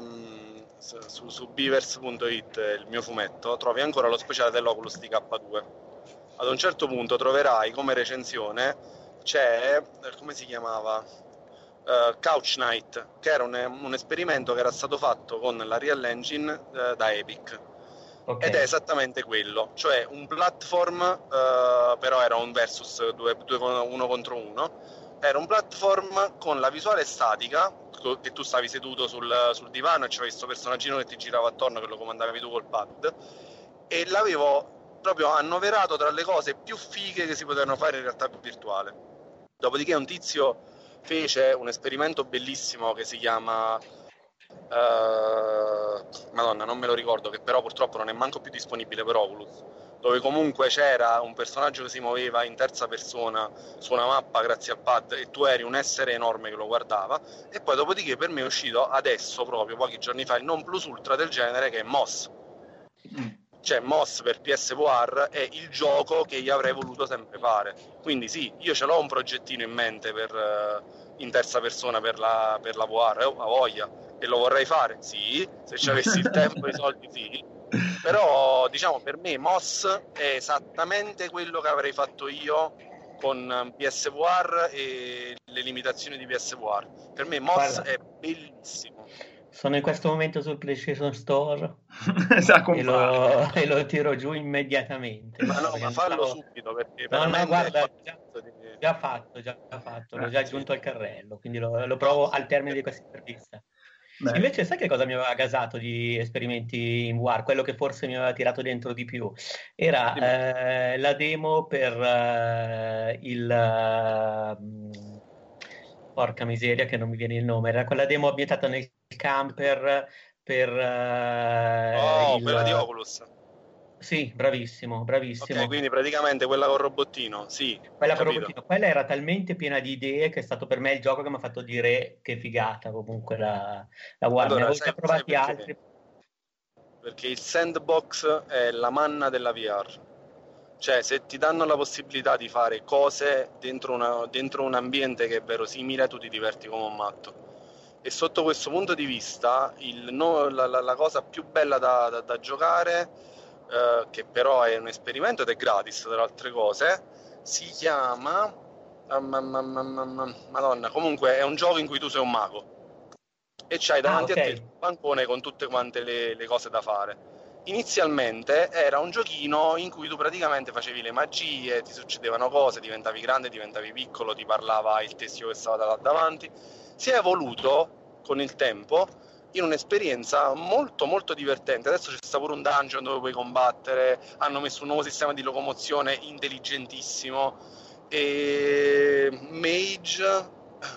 beavers.it, il mio fumetto, trovi ancora lo speciale dell'Oculus di K2. Ad un certo punto troverai come recensione, c'è, come si chiamava? Couch Night, che era un esperimento che era stato fatto con la Real Engine da Epic. Okay. Ed è esattamente quello, cioè un platform, però era un versus 1 contro 1. Era un platform con la visuale statica, che tu stavi seduto sul divano e c'era questo personaggino che ti girava attorno, che lo comandavi tu col pad, e l'avevo proprio annoverato tra le cose più fighe che si potevano fare in realtà virtuale. Dopodiché un tizio fece un esperimento bellissimo che si chiama Madonna, non me lo ricordo, che però purtroppo non è manco più disponibile per Oculus, dove comunque c'era un personaggio che si muoveva in terza persona su una mappa grazie al pad e tu eri un essere enorme che lo guardava. E poi dopodiché per me è uscito adesso, proprio pochi giorni fa, il non plus ultra del genere, che è Moss. Cioè Moss per PSVR è il gioco che io avrei voluto sempre fare. Quindi sì, io ce l'ho un progettino in mente in terza persona per la VR, a voglia. E lo vorrei fare? Sì, se ci avessi il tempo e i soldi sì. Però diciamo per me Moss è esattamente quello che avrei fatto io con PSVR e le limitazioni di PSVR. Per me Moss è bellissimo. Sono in questo momento sul PlayStation Store e lo tiro giù immediatamente. Ma no, ma fallo subito, perché no, guarda, già fatto, l'ho già aggiunto al carrello, quindi lo provo al termine di questa intervista. Invece sai che cosa mi aveva gasato di esperimenti in VR? Quello che forse mi aveva tirato dentro di più era la demo per porca miseria che non mi viene il nome, era quella demo ambientata nel camper per quella di Oculus. Sì, bravissimo. Ok, quindi praticamente quella con robottino, sì. Quella con robottino, quella era talmente piena di idee che è stato per me il gioco che mi ha fatto dire che figata comunque la Warner. Allora, avevo già provati altri. Perché il sandbox è la manna della VR. Cioè, se ti danno la possibilità di fare cose dentro un ambiente che è verosimile, tu ti diverti come un matto. E sotto questo punto di vista, la cosa più bella da giocare, che però è un esperimento ed è gratis tra le altre cose, si chiama Madonna, comunque è un gioco in cui tu sei un mago e c'hai davanti a te il bancone con tutte quante le cose da fare. Inizialmente era un giochino in cui tu praticamente facevi le magie, ti succedevano cose, diventavi grande, diventavi piccolo, ti parlava il tizio che stava davanti. Si è evoluto con il tempo in un'esperienza molto molto divertente. Adesso c'è sta pure un dungeon dove puoi combattere, hanno messo un nuovo sistema di locomozione intelligentissimo, e Mage,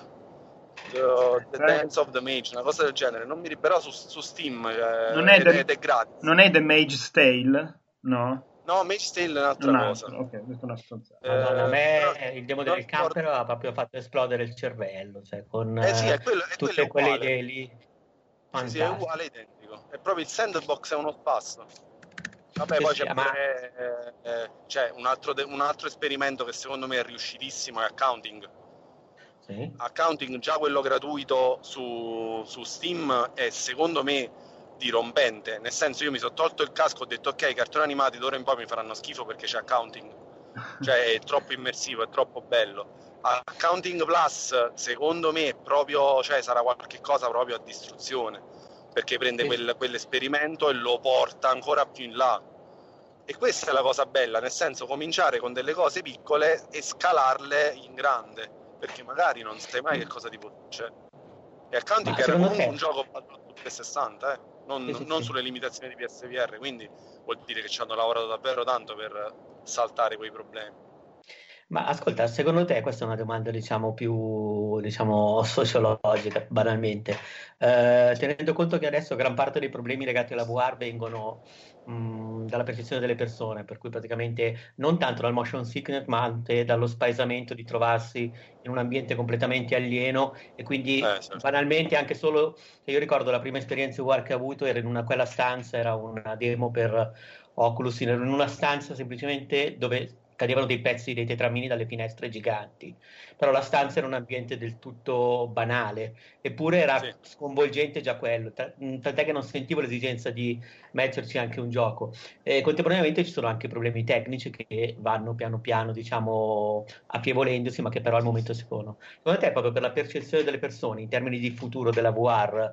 The Dance of the Mage, una cosa del genere, non mi ricordo, su Steam, ed è gratis. Non è The Mage's Tale? No? No, Mage's Tale è un'altra cosa. Ok, questa è una stronzata. Madonna, a me il Demone del Camper ha proprio fatto esplodere il cervello, cioè con tutte quelle idee lì. Sì, è uguale, identico. È proprio il sandbox, è uno spasso. Vabbè, poi c'è un altro esperimento che secondo me è riuscitissimo, è Accounting. Sì. Accounting, già quello gratuito su Steam, è secondo me dirompente. Nel senso, io mi sono tolto il casco, ho detto ok, i cartoni animati d'ora in poi mi faranno schifo perché c'è Accounting. Cioè è troppo immersivo, è troppo bello. Accounting Plus, secondo me, proprio, cioè, sarà qualche cosa proprio a distruzione, perché prende quell'esperimento e lo porta ancora più in là. E questa è la cosa bella, nel senso, cominciare con delle cose piccole e scalarle in grande, perché magari non sai mai che cosa ti può succedere. E Accounting era comunque un gioco basato su 360, non sulle limitazioni di PSVR, quindi vuol dire che ci hanno lavorato davvero tanto per saltare quei problemi. Ma ascolta, secondo te, questa è una domanda più sociologica, banalmente, tenendo conto che adesso gran parte dei problemi legati alla VR vengono dalla percezione delle persone, per cui praticamente non tanto dal motion sickness, ma anche dallo spaesamento di trovarsi in un ambiente completamente alieno, e quindi banalmente anche solo, se io ricordo la prima esperienza VR che ho avuto era in quella stanza, era una demo per Oculus, in una stanza semplicemente dove cadevano dei pezzi dei tetramini dalle finestre giganti, però la stanza era un ambiente del tutto banale, eppure era sconvolgente già quello, tant'è che non sentivo l'esigenza di metterci anche un gioco. Contemporaneamente ci sono anche problemi tecnici che vanno piano piano, affievolendosi, ma che però al momento si pongono. Secondo te, proprio per la percezione delle persone in termini di futuro della VR,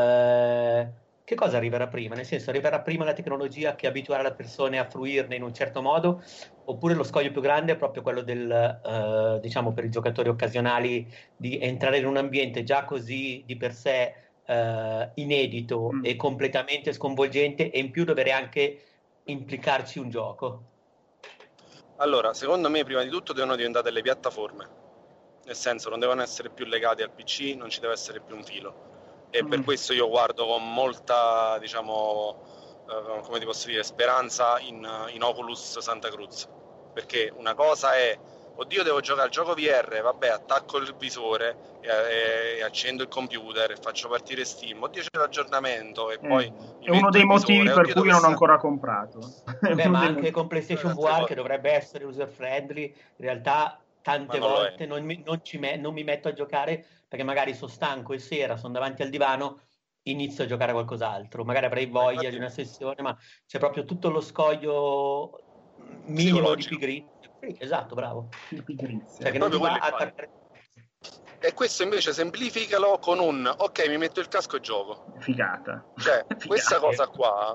che cosa arriverà prima? Nel senso, arriverà prima la tecnologia che abituerà le persone a fruirne in un certo modo, oppure lo scoglio più grande è proprio quello per i giocatori occasionali di entrare in un ambiente già così di per sé inedito e completamente sconvolgente, e in più dover anche implicarci un gioco? Allora, secondo me prima di tutto devono diventare delle piattaforme, nel senso non devono essere più legati al PC, non ci deve essere più un filo. E per questo io guardo con molta, come ti posso dire, speranza in Oculus Santa Cruz, perché una cosa è, oddio, devo giocare al gioco VR, vabbè, attacco il visore e accendo il computer e faccio partire Steam, oddio c'è l'aggiornamento e poi è uno dei motivi per cui non ho ancora comprato. Beh, ma anche con PlayStation VR, che dovrebbe essere user friendly, in realtà tante volte non mi metto a giocare perché magari sono stanco e sera, sono davanti al divano, inizio a giocare a qualcos'altro, magari avrei voglia di una sessione, ma c'è proprio tutto lo scoglio minimo di pigrizia. Sì, esatto, bravo. Cioè che non mi va a attaccare. E questo invece semplificalo con un ok, mi metto il casco e gioco. Figata. Cioè, questa cosa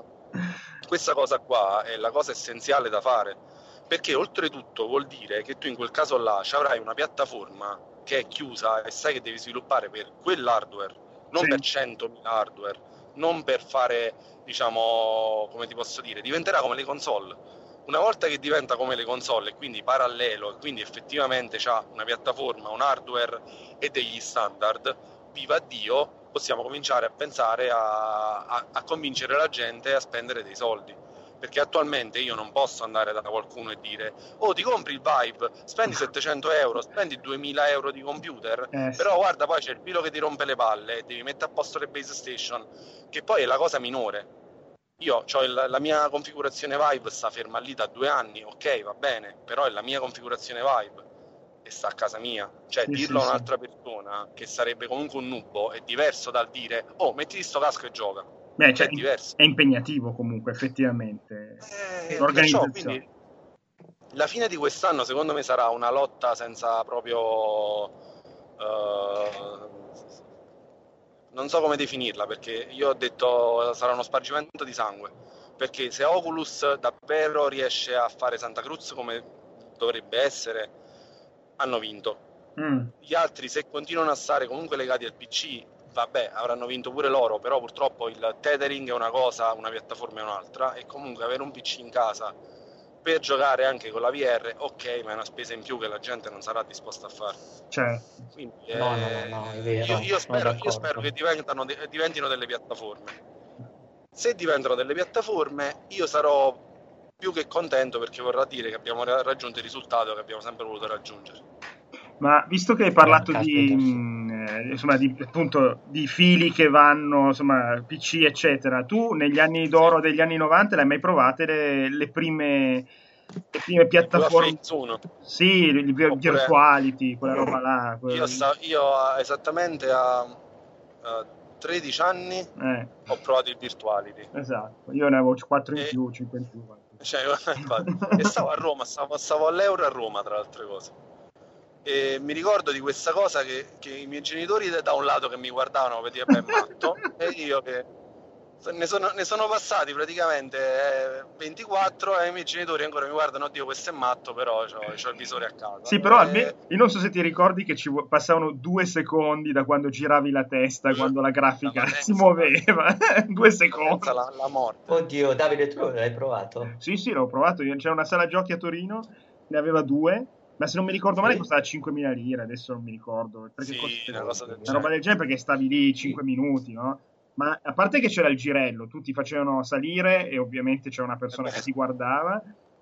qua è la cosa essenziale da fare, perché oltretutto vuol dire che tu in quel caso là ci avrai una piattaforma che è chiusa e sai che devi sviluppare per quell'hardware, non per 100.000 hardware, non per fare, come ti posso dire, diventerà come le console. Una volta che diventa come le console e quindi parallelo e quindi effettivamente c'ha una piattaforma, un hardware e degli standard, viva Dio, possiamo cominciare a pensare a convincere la gente a spendere dei soldi. Perché attualmente io non posso andare da qualcuno e dire oh, ti compri il Vive, spendi 700 euro, spendi 2000 euro di computer, però guarda, poi c'è il filo che ti rompe le palle, devi mettere a posto le base station, che poi è la cosa minore. Io ho la mia configurazione Vive, sta ferma lì da 2 anni, ok, va bene, però è la mia configurazione Vive e sta a casa mia. Cioè, dirlo a un'altra persona, che sarebbe comunque un nubbo, è diverso dal dire oh, mettiti sto casco e gioca. Beh, cioè, è impegnativo comunque, effettivamente. L'organizzazione. Quindi, la fine di quest'anno secondo me sarà una lotta senza proprio non so come definirla, perché io ho detto sarà uno spargimento di sangue, perché se Oculus davvero riesce a fare Santa Cruz come dovrebbe essere, hanno vinto. Gli altri, se continuano a stare comunque legati al PC, vabbè, avranno vinto pure loro, però purtroppo il tethering è una cosa, una piattaforma è un'altra, e comunque avere un PC in casa per giocare anche con la VR, ok, ma è una spesa in più che la gente non sarà disposta a fare. Quindi, no, è vero. Io spero che diventino delle piattaforme. Se diventano delle piattaforme, io sarò più che contento, perché vorrà dire che abbiamo raggiunto il risultato che abbiamo sempre voluto raggiungere. Ma visto che hai parlato appunto, di fili che vanno, insomma, PC, eccetera, tu negli anni d'oro degli anni 90 le hai mai provate le prime piattaforme? Sì, Virtuality, quella roba là. Io esattamente a 13 anni ho provato il Virtuality. Esatto, io ne avevo 4 in più, 5 in più. E stavo a Roma, stavo all'Euro a Roma, tra le altre cose. E mi ricordo di questa cosa che i miei genitori da un lato che mi guardavano per dire, beh, matto, e io che ne sono passati praticamente 24, e i miei genitori ancora mi guardano, oddio, questo è matto, però c'ho il visore a casa. Sì, però almeno, io non so se ti ricordi che passavano 2 secondi da quando giravi la testa, quando la grafica si muoveva. 2 secondi. La morte. Oddio, Davide, tu l'hai provato? Sì, l'ho provato. C'era una sala giochi a Torino, ne aveva 2. Ma se non mi ricordo male costava 5.000 lire, adesso non mi ricordo. Perché una roba del genere, perché stavi lì 5 minuti, no? Ma a parte che c'era il girello, tutti facevano salire e ovviamente c'era una persona che ti guardava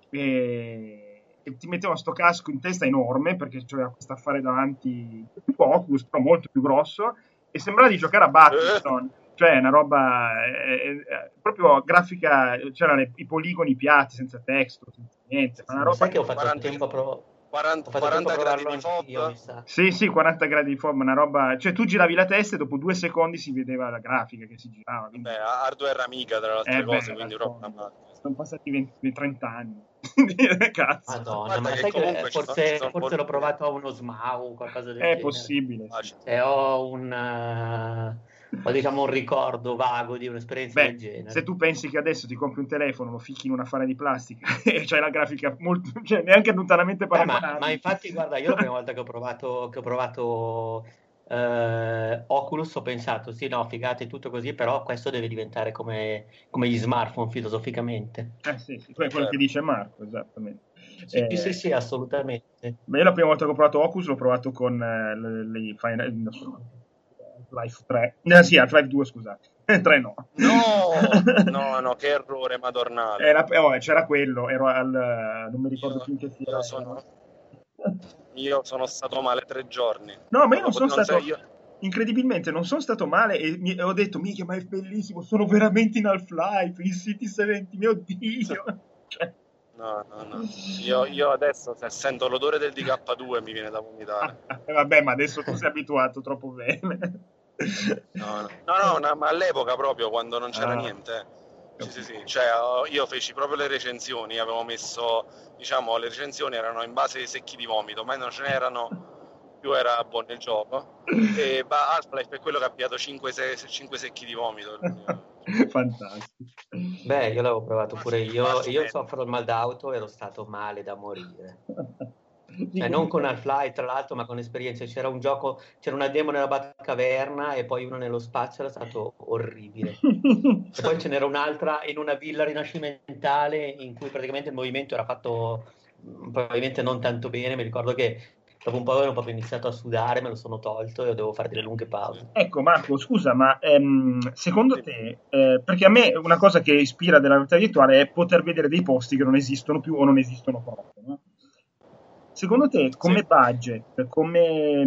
e ti mettevano sto casco in testa enorme, perché c'era questo affare davanti, Focus, però molto più grosso, e sembrava di giocare a Battlestone. Cioè una roba proprio grafica, c'erano i poligoni piatti, senza testo, senza niente. Una roba che ho fatto tempo a 40 gradi di FOV. Sì, 40 gradi di FOV, una roba, cioè tu giravi la testa e dopo 2 secondi si vedeva la grafica che si girava. Quindi... Beh, hardware amica tra le altre cose, quindi roba. Sono passati 30 anni. Cazzo. Madonna, ma sai che forse l'ho provato a uno SMAU o qualcosa del genere. È possibile. Sì. Ho diciamo un ricordo vago di un'esperienza del genere. Se tu pensi che adesso ti compri un telefono, lo ficchi in una fara di plastica e c'hai la grafica molto, cioè neanche lontanamente paragonabile. Ma infatti, guarda, io la prima volta che ho provato Oculus ho pensato, sì, no, figate, tutto così, però questo deve diventare come gli smartphone filosoficamente. Sì, quello che dice Marco, esattamente. Sì, assolutamente. Ma io la prima volta che ho provato Oculus l'ho provato con Half-Life 3. Sì, Half-Life 2, scusate. 3 no. No, che errore madornale. C'era quello, ero non mi ricordo più che sia. Io sono stato male 3 giorni. No, ma io non sono stato... Incredibilmente non sono stato male e ho detto, minchia, ma è bellissimo, sono veramente in Half-Life, in City 70, mio Dio. Cioè... No. Io adesso se sento l'odore del DK2 mi viene da vomitare. Vabbè, ma adesso tu sei abituato troppo bene. No, ma all'epoca proprio, quando non c'era niente. Sì. Cioè, io feci proprio le recensioni, avevo messo, diciamo, le recensioni erano in base ai secchi di vomito, ma non ce n'erano, più era buono il gioco. E Half-Life è quello che ha piato 5 secchi di vomito. Fantastico. Beh, io l'avevo provato pure io soffro il mal d'auto, ero stato male da morire. Cioè, non con Half-Life tra l'altro, ma con esperienze. C'era una demo nella Batcaverna e poi uno nello spazio, era stato orribile. E poi ce n'era un'altra in una villa rinascimentale in cui praticamente il movimento era fatto probabilmente non tanto bene. Mi ricordo che dopo un po' avevo proprio iniziato a sudare, me lo sono tolto e dovevo fare delle lunghe pause. Ecco Marco, scusa, ma secondo te, perché a me una cosa che ispira della realtà virtuale è poter vedere dei posti che non esistono più o non esistono proprio, no? Secondo te, come budget, come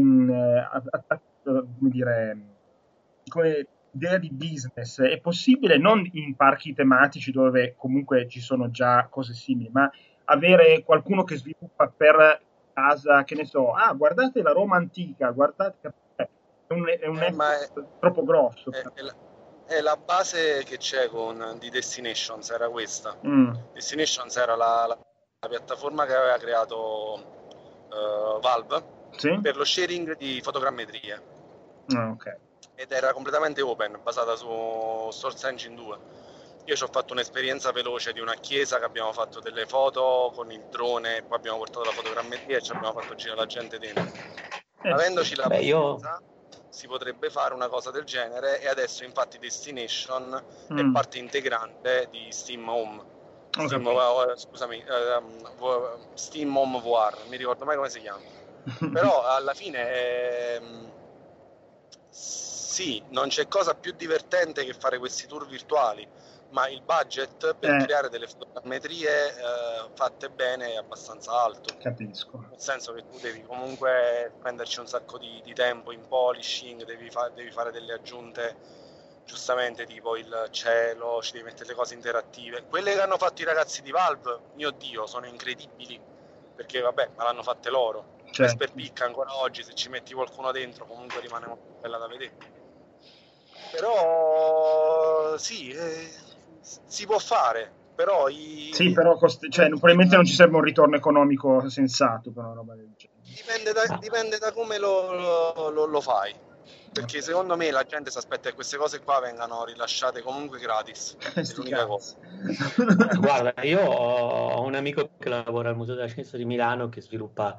idea di business, è possibile non in parchi tematici dove comunque ci sono già cose simili, ma avere qualcuno che sviluppa per casa, che ne so, guardate la Roma antica, guardate, è troppo grosso. È la base che c'è di Destinations, era questa. Destinations era la piattaforma che aveva creato Valve, sì? Per lo sharing di fotogrammetrie. Okay. Ed era completamente open, basata su Source Engine 2. Io ci ho fatto un'esperienza veloce di una chiesa che abbiamo fatto delle foto con il drone, poi abbiamo portato la fotogrammetria e ci abbiamo fatto girare la gente dentro. Avendoci la si potrebbe fare una cosa del genere, e adesso infatti Destination è parte integrante di Steam Home. Steam Home VR, non mi ricordo mai come si chiama. Però alla fine sì, non c'è cosa più divertente che fare questi tour virtuali, ma il budget per creare delle fotogrammetrie fatte bene è abbastanza alto. Capisco. Nel senso che tu devi comunque spenderci un sacco di tempo in polishing, devi fare delle aggiunte, giustamente, tipo il cielo, ci devi mettere le cose interattive. Quelle che hanno fatto i ragazzi di Valve, mio Dio, sono incredibili, perché vabbè, ma l'hanno fatte loro. Per picca ancora oggi, se ci metti qualcuno dentro comunque rimane molto bella da vedere. Però sì, si può fare, però sì, però probabilmente non ci serve un ritorno economico sensato per una roba del genere. Dipende da come lo fai, perché secondo me la gente si aspetta che queste cose qua vengano rilasciate comunque gratis. È l'unica cosa. Guarda, io ho un amico che lavora al Museo della Scienza di Milano, che sviluppa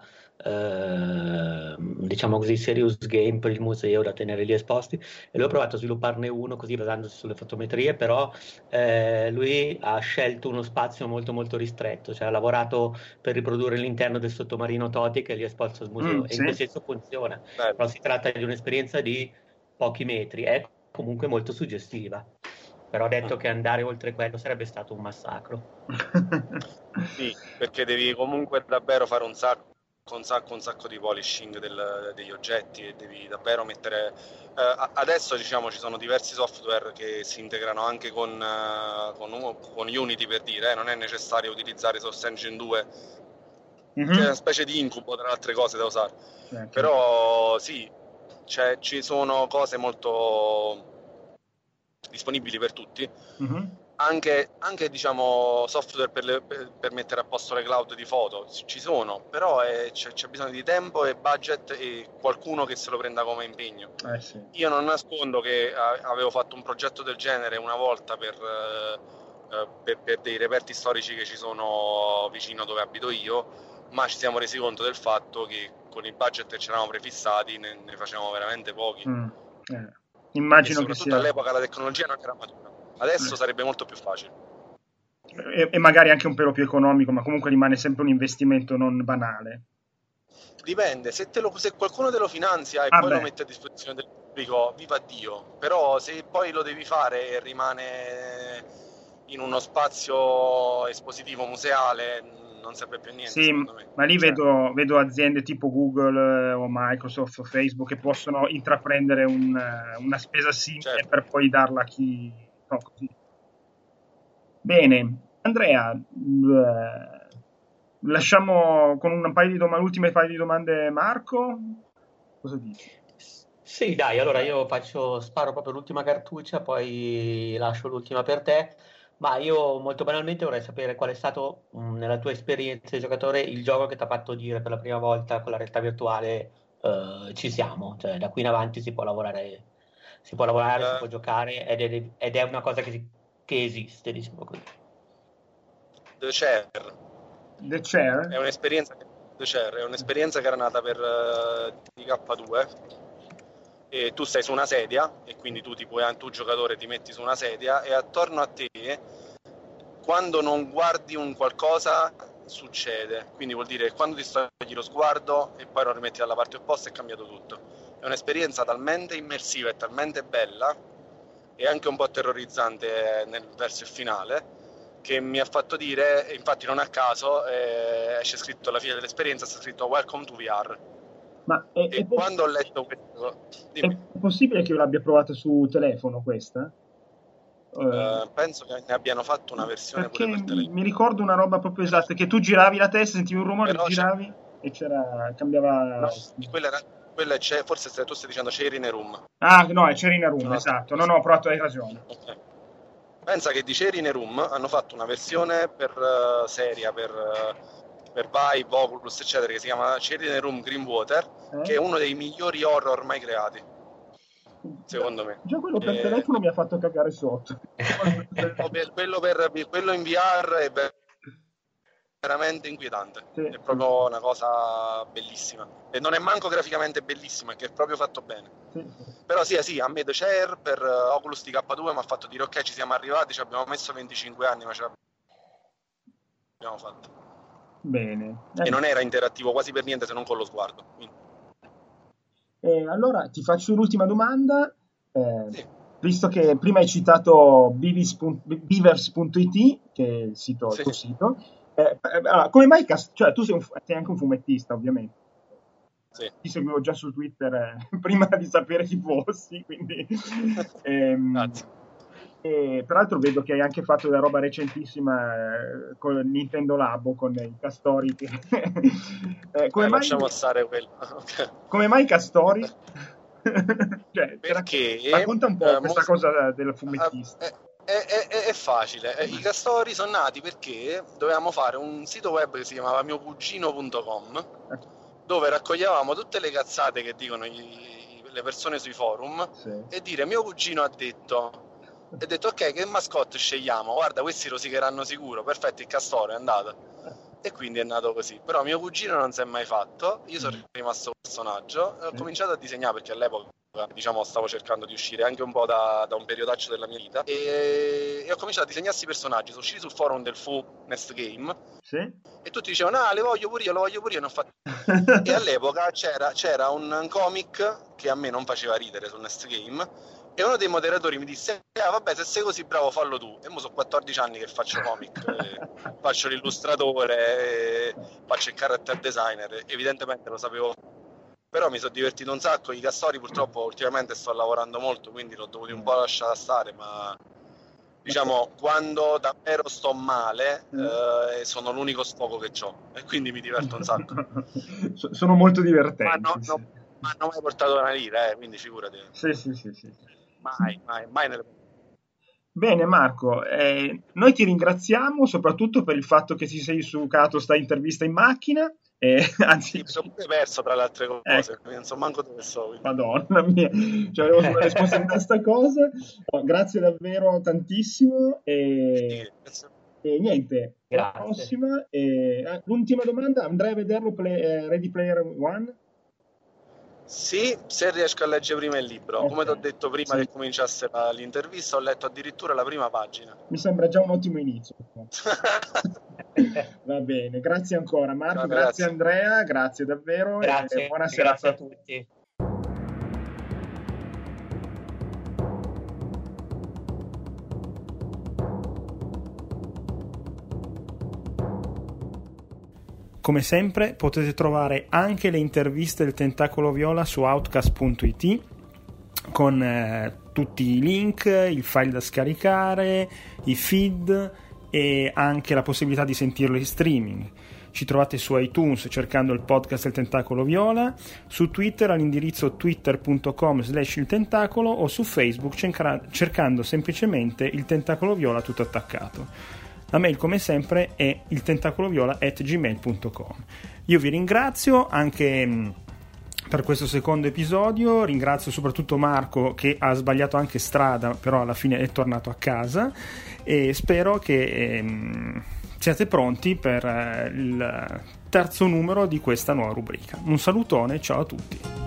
diciamo così serious game per il museo da tenere lì esposti, e lui ha provato a svilupparne uno così basandosi sulle fotometrie, però lui ha scelto uno spazio molto molto ristretto, cioè ha lavorato per riprodurre l'interno del sottomarino Toti che è lì esposto al museo, e in quel senso funziona. Però si tratta di un'esperienza di pochi metri, è comunque molto suggestiva, però ha detto che andare oltre quello sarebbe stato un massacro. Sì, perché devi comunque davvero fare un sacco di polishing degli oggetti, e devi davvero mettere adesso diciamo ci sono diversi software che si integrano anche con Unity, per dire, non è necessario utilizzare Source Engine 2, che è una specie di incubo tra le altre cose da usare. Però sì, ci sono cose molto disponibili per tutti. Anche diciamo software per mettere a posto le cloud di foto ci sono, però c'è bisogno di tempo e budget e qualcuno che se lo prenda come impegno. Sì. Io non nascondo che avevo fatto un progetto del genere una volta per dei reperti storici che ci sono vicino dove abito io, ma ci siamo resi conto del fatto che con i budget che ci eravamo prefissati ne facevamo veramente pochi. Immagino e soprattutto all'epoca la tecnologia non era matura. Adesso sarebbe molto più facile. E magari anche un pelo più economico, ma comunque rimane sempre un investimento non banale. Dipende, se qualcuno te lo finanzia e poi lo mette a disposizione del pubblico, viva Dio. Però se poi lo devi fare e rimane in uno spazio espositivo museale, non serve più a niente. Sì, ma lì vedo aziende tipo Google o Microsoft o Facebook che possono intraprendere una spesa simile per poi darla a chi... No, così. Bene, Andrea, lasciamo con l'ultime paio di domande Marco. Cosa dici? Sì, dai, allora io sparo proprio l'ultima cartuccia, poi lascio l'ultima per te. Ma io molto banalmente vorrei sapere qual è stato, nella tua esperienza di giocatore, il gioco che ti ha fatto dire per la prima volta con la realtà virtuale ci siamo, cioè da qui in avanti si può lavorare, si può giocare ed è una cosa che esiste, diciamo così. The Chair è un'esperienza che era nata per DK2, e tu stai su una sedia e quindi tu giocatore ti metti su una sedia e attorno a te, quando non guardi un qualcosa, succede, quindi vuol dire che quando ti togli lo sguardo e poi lo rimetti dalla parte opposta è cambiato tutto. È un'esperienza talmente immersiva e talmente bella e anche un po' terrorizzante verso il finale, che mi ha fatto dire, infatti non a caso c'è scritto alla fine dell'esperienza, c'è scritto Welcome to VR. Quando ho letto questo, è possibile che io l'abbia provata su telefono questa? Penso che ne abbiano fatto una versione pure per telefono. Mi ricordo una roba proprio esatta, che tu giravi la testa, sentivi un rumore, giravi e cambiava. No, quella c'è, forse tu stai dicendo Chair in a Room. Ah, no, è Chair in a Room, esatto. No, ho provato, hai ragione. Okay. Pensa che di Chair in a Room hanno fatto una versione seria per Vive, Oculus, eccetera, che si chiama Chair in a Room Greenwater, che è uno dei migliori horror mai creati, secondo me. Già quello per telefono mi ha fatto cagare sotto. quello in VR è veramente inquietante. Sì. È proprio una cosa bellissima. E non è manco graficamente bellissima, è che è proprio fatto bene. Sì. Però sì, a me The Chair per Oculus TK2 mi ha fatto dire ok, ci siamo arrivati, ci abbiamo messo 25 anni, ma ce l'abbiamo fatto. Bene. E non era interattivo quasi per niente se non con lo sguardo. Quindi. Allora ti faccio l'ultima domanda. Sì. Visto che prima hai citato beavers.it, che è il sito, il tuo sito, come mai cioè tu sei anche un fumettista, ovviamente. Sì. Ti seguivo già su Twitter prima di sapere chi fossi, quindi Grazie. e peraltro vedo che hai anche fatto della roba recentissima con Nintendo Labo, con i Castori. Come mai, lasciamo stare quello. Okay. Come mai Castori? Cioè, perché racconta un po' questa cosa del fumettista. È facile. I Castori sono nati perché dovevamo fare un sito web che si chiamava miocugino.com, dove raccoglievamo tutte le cazzate che dicono le persone sui forum, e dire mio cugino ha detto ok, che mascotte scegliamo? Guarda, questi rosicheranno sicuro, perfetto, il Castoro è andato. E quindi è nato così. Però mio cugino non si è mai fatto, io sono rimasto personaggio, ho cominciato a disegnare perché all'epoca, diciamo, stavo cercando di uscire anche un po' da un periodaccio della mia vita, e ho cominciato a disegnare questi personaggi. Sono usciti sul forum del Fu Nest Game, e tutti dicevano le voglio pure io, e ne ho fatto. E all'epoca c'era un comic che a me non faceva ridere sul Nest Game, e uno dei moderatori mi disse vabbè, se sei così bravo fallo tu. E mo sono 14 anni che faccio comic, faccio l'illustratore, faccio il character designer, evidentemente lo sapevo, però mi sono divertito un sacco. I Castori purtroppo ultimamente sto lavorando molto, quindi l'ho dovuto un po' lasciare stare, ma diciamo quando davvero sto male sono l'unico sfogo che ho, e quindi mi diverto un sacco. Sono molto divertenti. Ma hanno mai portato una lira, quindi figurati. Sì. Mai nelle... Bene Marco, noi ti ringraziamo soprattutto per il fatto che ci sei succato sta intervista in macchina, anzi mi sono pure perso tra le altre cose, non so manco dove so. Madonna mia, cioè, avevo una responsabilità sta cosa. Grazie davvero tantissimo e niente, alla prossima. L'ultima domanda, andrai a vederlo Ready Player One? Sì, se riesco a leggere prima il libro. Come ti ho detto prima che cominciasse l'intervista, ho letto addirittura la prima pagina. Mi sembra già un ottimo inizio. Va bene, grazie ancora Marco, ciao, grazie Andrea, grazie davvero. Grazie, e buona serata a tutti. Come sempre potete trovare anche le interviste del Tentacolo Viola su Outcast.it con tutti i link, il file da scaricare, i feed e anche la possibilità di sentirlo in streaming. Ci trovate su iTunes cercando il podcast del Tentacolo Viola, su Twitter all'indirizzo twitter.com/il-tentacolo o su Facebook cercando semplicemente il Tentacolo Viola tutto attaccato. La mail come sempre è iltentacoloviola@gmail.com. Io vi ringrazio anche per questo secondo episodio, ringrazio soprattutto Marco che ha sbagliato anche strada, però alla fine è tornato a casa, e spero che siate pronti per il terzo numero di questa nuova rubrica. Un salutone, ciao a tutti.